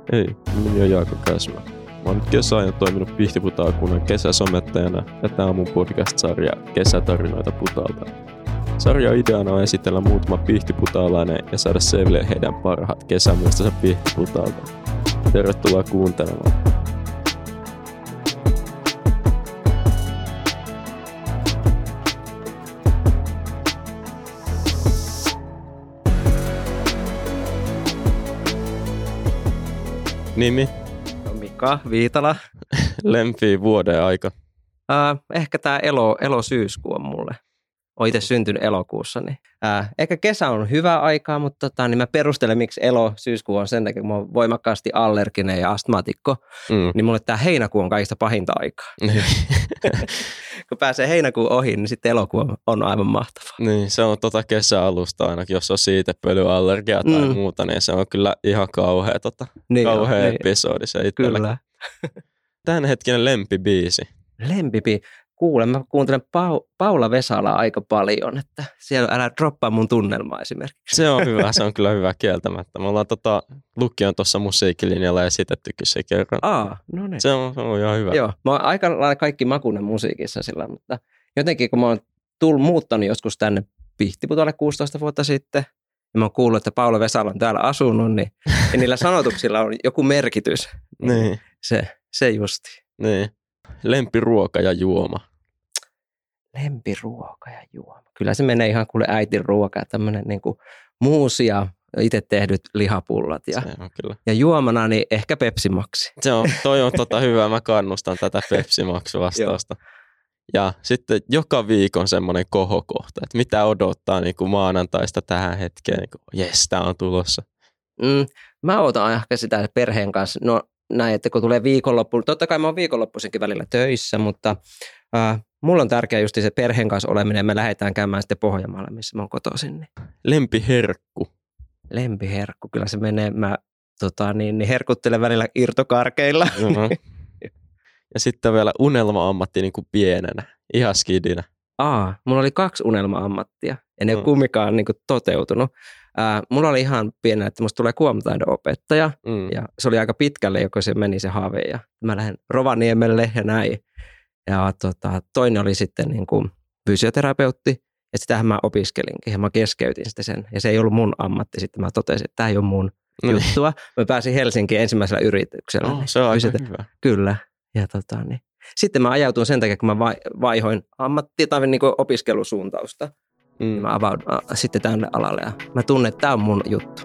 Ei, mun nimi on Jaakko Käsmä. Mä oon nyt kesäajan toiminut Pihtiputaakunnan kesäsomettajana ja tää on mun podcast-sarja Kesätarinoita Putaalta. Sarjan ideana on esitellä muutama pihtiputaalainen ja saada selville heidän parhaat kesämuistonsa Pihtiputaalta. Tervetuloa kuuntelemaan. Nimi? Mika Viitala. Lempi vuoden aika? Ehkä tämä elo-syyskuu on mulle. Olen itse syntynyt elokuussa. Niin. Ehkä kesä on hyvä aikaa, mutta niin mä perustelen, miksi elo-syyskuu on sen takia, kun mä oon voimakkaasti allerginen ja astmaatikko. Niin mulle tämä heinäkuu on kaikista pahinta aikaa. Kun pääsee heinäkuun ohi, niin sitten elokuu on aivan mahtavaa. Niin, se on kesäalusta ainakin, jos on siitepölyallergia tai muuta, niin se on kyllä ihan kauhea, kauhea episodi se itselle. Kyllä. Tämänhetkinen lempibiisi. Lempibiisi. Mä kuuntelen Paula Vesalaa aika paljon, että siellä älä droppaa mun tunnelmaa esimerkiksi. Se on hyvä, se on kyllä hyvä kieltämättä. Me ollaan Lukion tuossa musiikkilinjalla esitettykin se kerran. No niin. Se on ihan hyvä. Joo, mä oon aika lailla kaikki makuinen musiikissa sillä, mutta jotenkin kun mä oon muuttanut joskus tänne Pihtiputaalle 16 vuotta sitten, ja mä oon kuullut, että Paula Vesala on täällä asunut, niin niillä sanotuksilla on joku merkitys. Niin. Se justi. Niin. Lempiruoka ja juoma. Lempiruoka ja juoma. Kyllä se menee ihan kuule äitin ruoka, tämmöinen niinku muusi ja itse tehdyt lihapullat. Ja juomana niin ehkä Pepsi Maxi. Toi on hyvä, mä kannustan tätä Pepsi Max-vastausta. Ja sitten joka viikon semmoinen kohokohta, että mitä odottaa niin kuin maanantaista tähän hetkeen, niin kuin jes, tää on tulossa. Mä odotan ehkä sitä perheen kanssa, no näin, että kun tulee viikonloppu, totta kai mä oon viikonloppuisinkin välillä töissä, mutta mulla on tärkeää just se perheen kanssa oleminen, me lähdetään käymään sitten Pohjanmaalla, missä mä oon kotoisin. Lempiherkku. Lempiherkku, kyllä se menee, mä herkuttelen välillä irtokarkeilla. Ja sitten vielä unelma-ammatti niin kuin pienenä, ihan skidinä. Mulla oli 2 unelma-ammattia, ja ne kummikaan niin kuin toteutunut. Mulla oli ihan pienenä, että musta tulee kuomotaidon-opettaja, ja se oli aika pitkälle, joko se meni se haave, ja mä lähden Rovaniemelle ja näin. Ja toinen oli sitten niin kuin fysioterapeutti, ja sitähän mä opiskelinkin, ja mä keskeytin sitten sen, ja se ei ollut mun ammatti, sitten mä totesin, että tämä ei ole mun juttua. Mä pääsin Helsinkiin ensimmäisellä yrityksellä. Se on aika hyvä. Kyllä, ja sitten mä ajautuin sen takia, kun mä vaihoin ammattia tai niin kuin opiskelusuuntausta. Mä avaudun sitten tälle alalle ja mä tunnen, että tämä on mun juttu.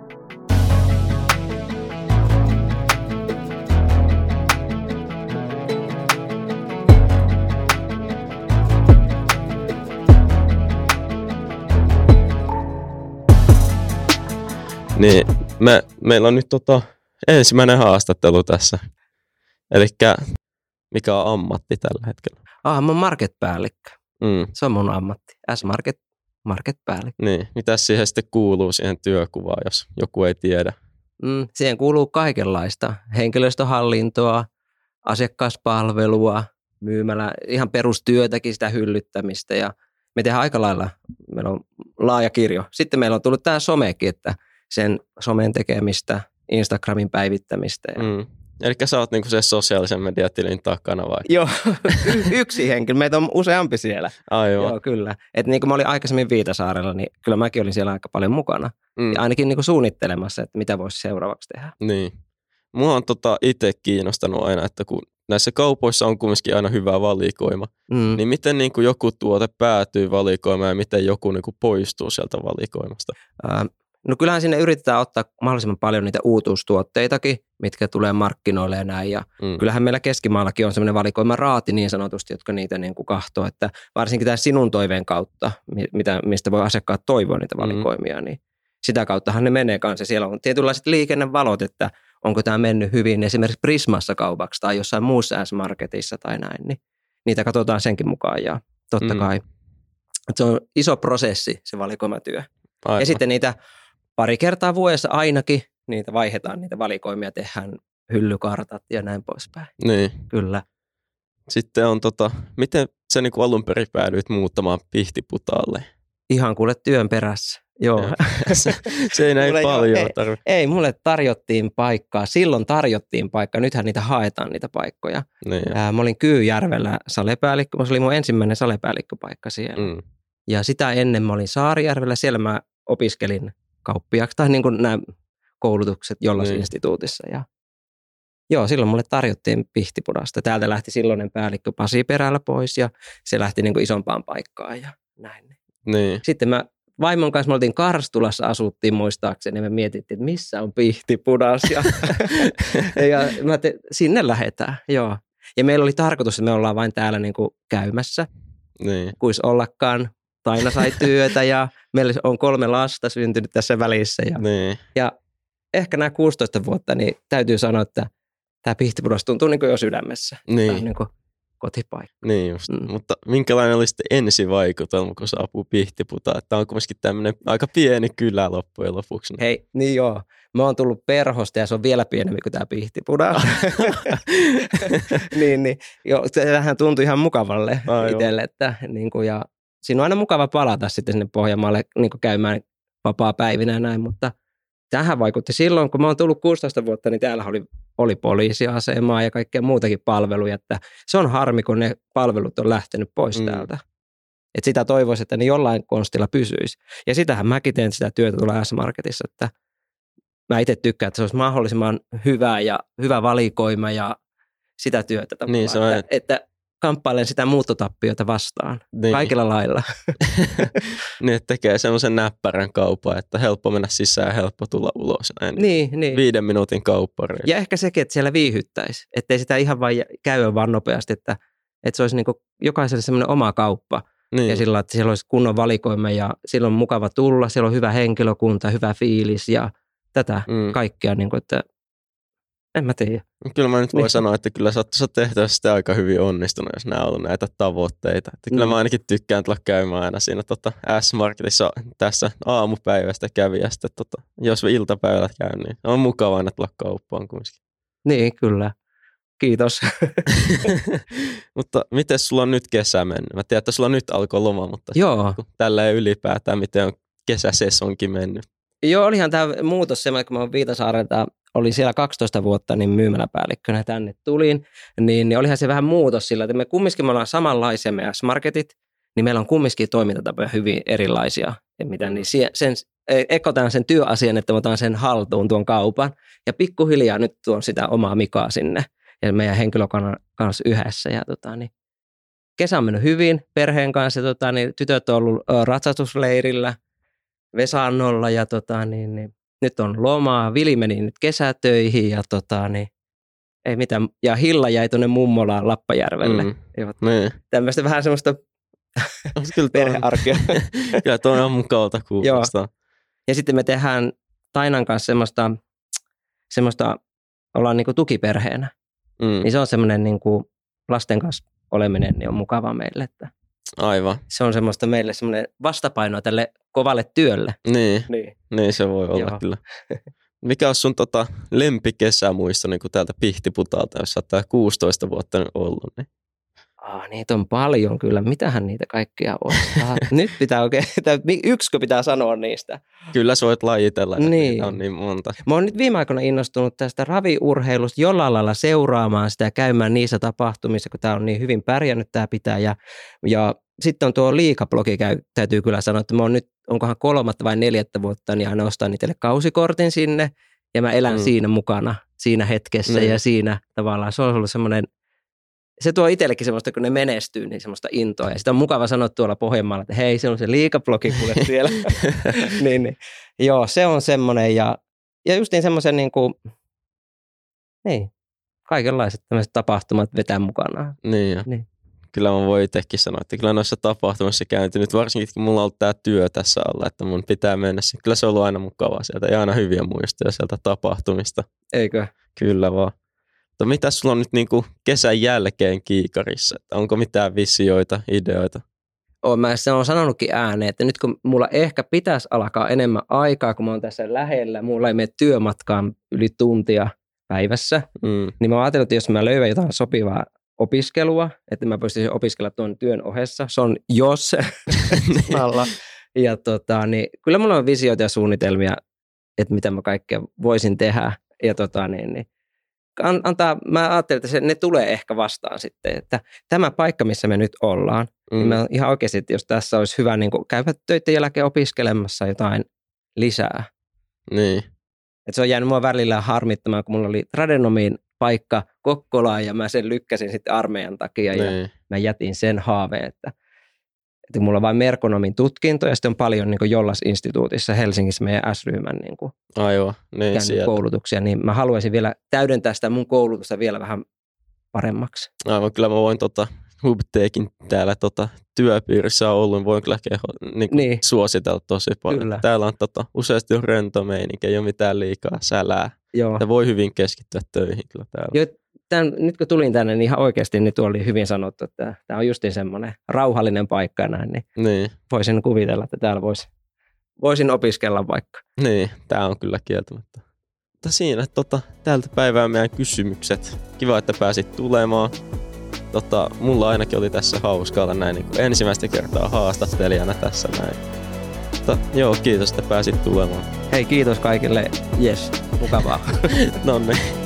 Niin, meillä on nyt ensimmäinen haastattelu tässä. Elikkä mikä on ammatti tällä hetkellä? Mä oon market-päällikkö. Se on mun ammatti. S-market-päällikkö. Niin, mitä siihen sitten kuuluu siihen työkuvaan, jos joku ei tiedä? Siihen kuuluu kaikenlaista. Henkilöstöhallintoa, asiakaspalvelua, myymälä, ihan perustyötäkin, sitä hyllyttämistä. Ja me tehdään aika lailla, meillä on laaja kirjo. Sitten meillä on tullut tämä somekin, että sen somen tekemistä, Instagramin päivittämistä. Eli sä oot niinku se sosiaalisen mediatilin takana vai? Joo, yksi henkilö. Meitä on useampi siellä. Aivan. Joo, kyllä. Että niin kuin mä olin aikaisemmin Viitasaarella, niin kyllä mäkin olin siellä aika paljon mukana. Ja ainakin niin kuin suunnittelemassa, että mitä voisi seuraavaksi tehdä. Niin. Mua on itse kiinnostanut aina, että kun näissä kaupoissa on kumminkin aina hyvä valikoima, niin miten niin kuin joku tuote päätyy valikoimaan ja miten joku niin kuin poistuu sieltä valikoimasta? No kyllähän sinne yritetään ottaa mahdollisimman paljon niitä uutuustuotteitakin, mitkä tulee markkinoille ja näin. Ja kyllähän meillä Keskimaallakin on semmoinen valikoima raati niin sanotusti, jotka niitä niin kuin kahtoo. Että varsinkin tämä sinun toiveen kautta, mistä voi asiakkaat toivoa niitä valikoimia, niin sitä kauttahan ne menee kanssa. Siellä on tietynlaiset liikennevalot, että onko tämä mennyt hyvin esimerkiksi Prismassa kaupaksi tai jossain muussa S-marketissa tai näin. Niin niitä katsotaan senkin mukaan ja totta kai. Se on iso prosessi se valikoimatyö. Aivan. Ja sitten niitä pari kertaa vuodessa ainakin niitä vaihdetaan, niitä valikoimia, tehdään hyllykartat ja näin poispäin. Niin. Kyllä. Sitten on miten sä niin alun perin päädyit muuttamaan Pihtiputaalle? Ihan kuule työn perässä. Joo. Se ei näin paljon tarvitse. Ei, mulle tarjottiin paikkaa. Silloin tarjottiin paikkaa. Nythän niitä haetaan, niitä paikkoja. Niin, mä olin Kyyjärvellä salepäällikkö. Se oli mun ensimmäinen salepäällikköpaikka siellä. Ja sitä ennen mä olin Saarijärvellä. Siellä mä opiskelin kauppiaksi tai niin kuin nämä koulutukset Jollas-instituutissa. Ja joo, silloin mulle tarjottiin Pihtipudasta. Täältä lähti silloinen päällikkö Pasi Perällä pois ja se lähti niin kuin isompaan paikkaan ja näin. Niin. Sitten vaimon kanssa me oltiin Karstulassa, asuttiin muistaakseni, ja me mietittiin, että missä on Pihtipudas. Ja sinne lähdetään, joo. Ja meillä oli tarkoitus, että me ollaan vain täällä niin kuin käymässä, kuis ollakaan. Taina sai työtä ja meillä on 3 lasta syntynyt tässä välissä. Ja ehkä nämä 16 vuotta, niin täytyy sanoa, että tämä Pihtipudas tuntuu niin kuin jo sydämessä. Tämä on niin kuin kotipaikka. Niin just, mutta minkälainen oli sitten ensivaikutelma, kun saapuu Pihtiputaan? Että on kuitenkin tämmöinen aika pieni kylä loppujen lopuksi. Hei, niin joo. Mä oon tullut Perhosta ja se on vielä pienempi kuin tämä Pihtipudas. niin. Joo, tämähän tuntui ihan mukavalle itselle. Että, niin kuin, ja siinä on aina mukava palata sitten sinne Pohjanmaalle niin kuin käymään vapaa-päivinä ja näin, mutta tähän vaikutti silloin, kun mä oon tullut 16 vuotta, niin täällä oli poliisiasemaa ja kaikkea muutakin palveluja, että se on harmi, kun ne palvelut on lähtenyt pois täältä. Että sitä toivoisi, että ne jollain konstilla pysyisi. Ja sitähän mäkin teen sitä työtä tuolla S-Marketissa, että mä itse tykkään, että se olisi mahdollisimman hyvä valikoima ja sitä työtä tavallaan, niin, se on, että kamppailen sitä muuttotappiota vastaan kaikilla lailla. Niin, että tekee semmoisen näppärän kaupan, että helppo mennä sisään ja helppo tulla ulos. Niin. 5 minuutin kauppari. Ja ehkä sekin, että siellä viihyttäisi. Että ei sitä ihan vain käy vaan nopeasti, että se olisi niin kuin jokaiselle semmoinen oma kauppa. Niin. Ja sillä, että siellä olisi kunnon valikoima ja siellä on mukava tulla, siellä on hyvä henkilökunta, hyvä fiilis ja tätä kaikkea, niin kuin, että en mä tiedä. Kyllä mä nyt voin sanoa, että kyllä sä oot tehtävästi aika hyvin onnistunut, jos nämä on ollut näitä tavoitteita. Että kyllä mä ainakin tykkään tulla käymään aina siinä S-Marketissa tässä aamupäivästä kävi ja sitten jos iltapäivällä käyn, niin on mukava aina tulla kauppaan kuitenkin. Niin, kyllä. Kiitos. Mutta miten sulla on nyt kesä mennyt? Mä tiedän, että sulla nyt alkoi loma, mutta tällä ei ylipäätään, miten on kesäsesonkin mennyt. Joo, olihan tämä muutos semmoinen, kun mä oon Viitasaarelta, olin siellä 12 vuotta niin myymäläpäällikkönä tänne tulin, niin olihan se vähän muutos sillä, että me ollaan samanlaisia me S-Marketit, niin meillä on kumminkin toimintatapoja hyvin erilaisia. Niin ekotaan sen työasian, että otan sen haltuun tuon kaupan ja pikkuhiljaa nyt tuon sitä omaa Mikaa sinne ja meidän henkilökunnan kanssa yhdessä. Ja niin kesä on mennyt hyvin perheen kanssa, niin tytöt on ollut ratsastusleirillä Vesannolla ja niin nyt on lomaa. Vili meni nyt kesätöihin ja ei mitään. Ja Hilla jäi tuonne mummolaan Lappajärvelle. Tämmöistä vähän semmoista perhearkea. Kyllä toi on mukavalta kuulostaa. Ja sitten me tehdään Tainan kanssa semmoista ollaan niinku tukiperheenä. Niin se on semmoinen niinku lasten kanssa oleminen niin on mukava meille. Että aivan. Se on semmoista meille semmoinen vastapainoa tälle kovalle työlle. Niin se voi olla kyllä. Mikä on sun lempikesämuisto niin kuin täältä Pihtiputaalta, jos sä oot 16 vuotta nyt ollut? Niin? Niitä on paljon kyllä. Mitähän niitä kaikkia on? Nyt pitää yksikö pitää sanoa niistä. Kyllä sä voit lajitella, niitä on niin monta. Mä oon nyt viime aikoina innostunut tästä raviurheilusta jollain lailla seuraamaan sitä ja käymään niissä tapahtumissa, kun tää on niin hyvin pärjännyt tää pitää. Ja sitten on tuo liikablogi, täytyy kyllä sanoa, että mä oon nyt, onkohan 3. vai 4. vuotta, niin aina ostan itselle kausikortin sinne ja mä elän siinä mukana, siinä hetkessä ja siinä tavallaan se on ollut semmoinen. Se tuo itsellekin semmoista, kun ne menestyy, niin semmoista intoa. Ja sitä on mukava sanoa tuolla Pohjanmaalla, että hei, se on se liikablogi kuule siellä. niin. Joo, se on semmoinen. Ja justiin semmoisen kaikenlaiset tämmöiset tapahtumat vetää mukana. Niin. Kyllä mä voin itsekin sanoa, että kyllä noissa tapahtumissa kääntynyt, varsinkin kun mulla on ollut tämä työ tässä alla, että mun pitää mennä. Kyllä se on ollut aina mukavaa sieltä ja aina hyviä muistoja sieltä tapahtumista. Eikö? Kyllä vaan. Mutta mitä sulla on nyt kesän jälkeen Kiikarissa? Että onko mitään visioita, ideoita? Mä olen sanonutkin ääneen, että nyt kun mulla ehkä pitäisi alkaa enemmän aikaa, kun mä oon tässä lähellä, mulla ei mene työmatkaan yli tuntia päivässä, niin mä ajattelin, että jos mä löydän jotain sopivaa opiskelua, että mä pystyisin opiskella tuon työn ohessa, se on jos alla, Ja niin, kyllä mulla on visioita ja suunnitelmia, että mitä mä kaikkea voisin tehdä. Ja mä ajattelin, että ne tulee ehkä vastaan sitten, että tämä paikka, missä me nyt ollaan, niin mä ihan oikeasti, että jos tässä olisi hyvä niin kuin käydä töiden jälkeen opiskelemassa jotain lisää. Niin. Että se on jäänyt mua välillä harmittamaan, kun mulla oli tradenomiin paikka Kokkolaan ja mä sen lykkäsin sitten armeijan takia ja mä jätin sen haaveen, että mulla on vain merkonomin tutkinto ja sitten on paljon niin kuin Jollas-instituutissa Helsingissä meidän S-ryhmän niin kuin koulutuksia, niin mä haluaisin vielä täydentää sitä mun koulutusta vielä vähän paremmaksi. Aivan, kyllä mä voin HubTechin täällä työpiirissä ollut, voin kyllä suositella tosi paljon. Kyllä. Täällä on useasti on rento meininki, ei ole mitään liikaa sälää. Joo. Voi hyvin keskittyä töihin kyllä täällä. Joo, nyt kun tulin tänne, niin ihan oikeasti niin tuo oli hyvin sanottu, että tämä on justiin semmoinen rauhallinen paikka näin, niin voisin kuvitella, että täällä voisin opiskella vaikka. Niin, tämä on kyllä kieltämättä. Mutta siinä tältä päivää meidän kysymykset. Kiva, että pääsit tulemaan. Mulla ainakin oli tässä hauskaa olla näin niin kuin ensimmäistä kertaa haastattelijana tässä näin. Joo, kiitos, että pääsit tulemaan. Hei, kiitos kaikille. Jes, mukavaa. Noniin.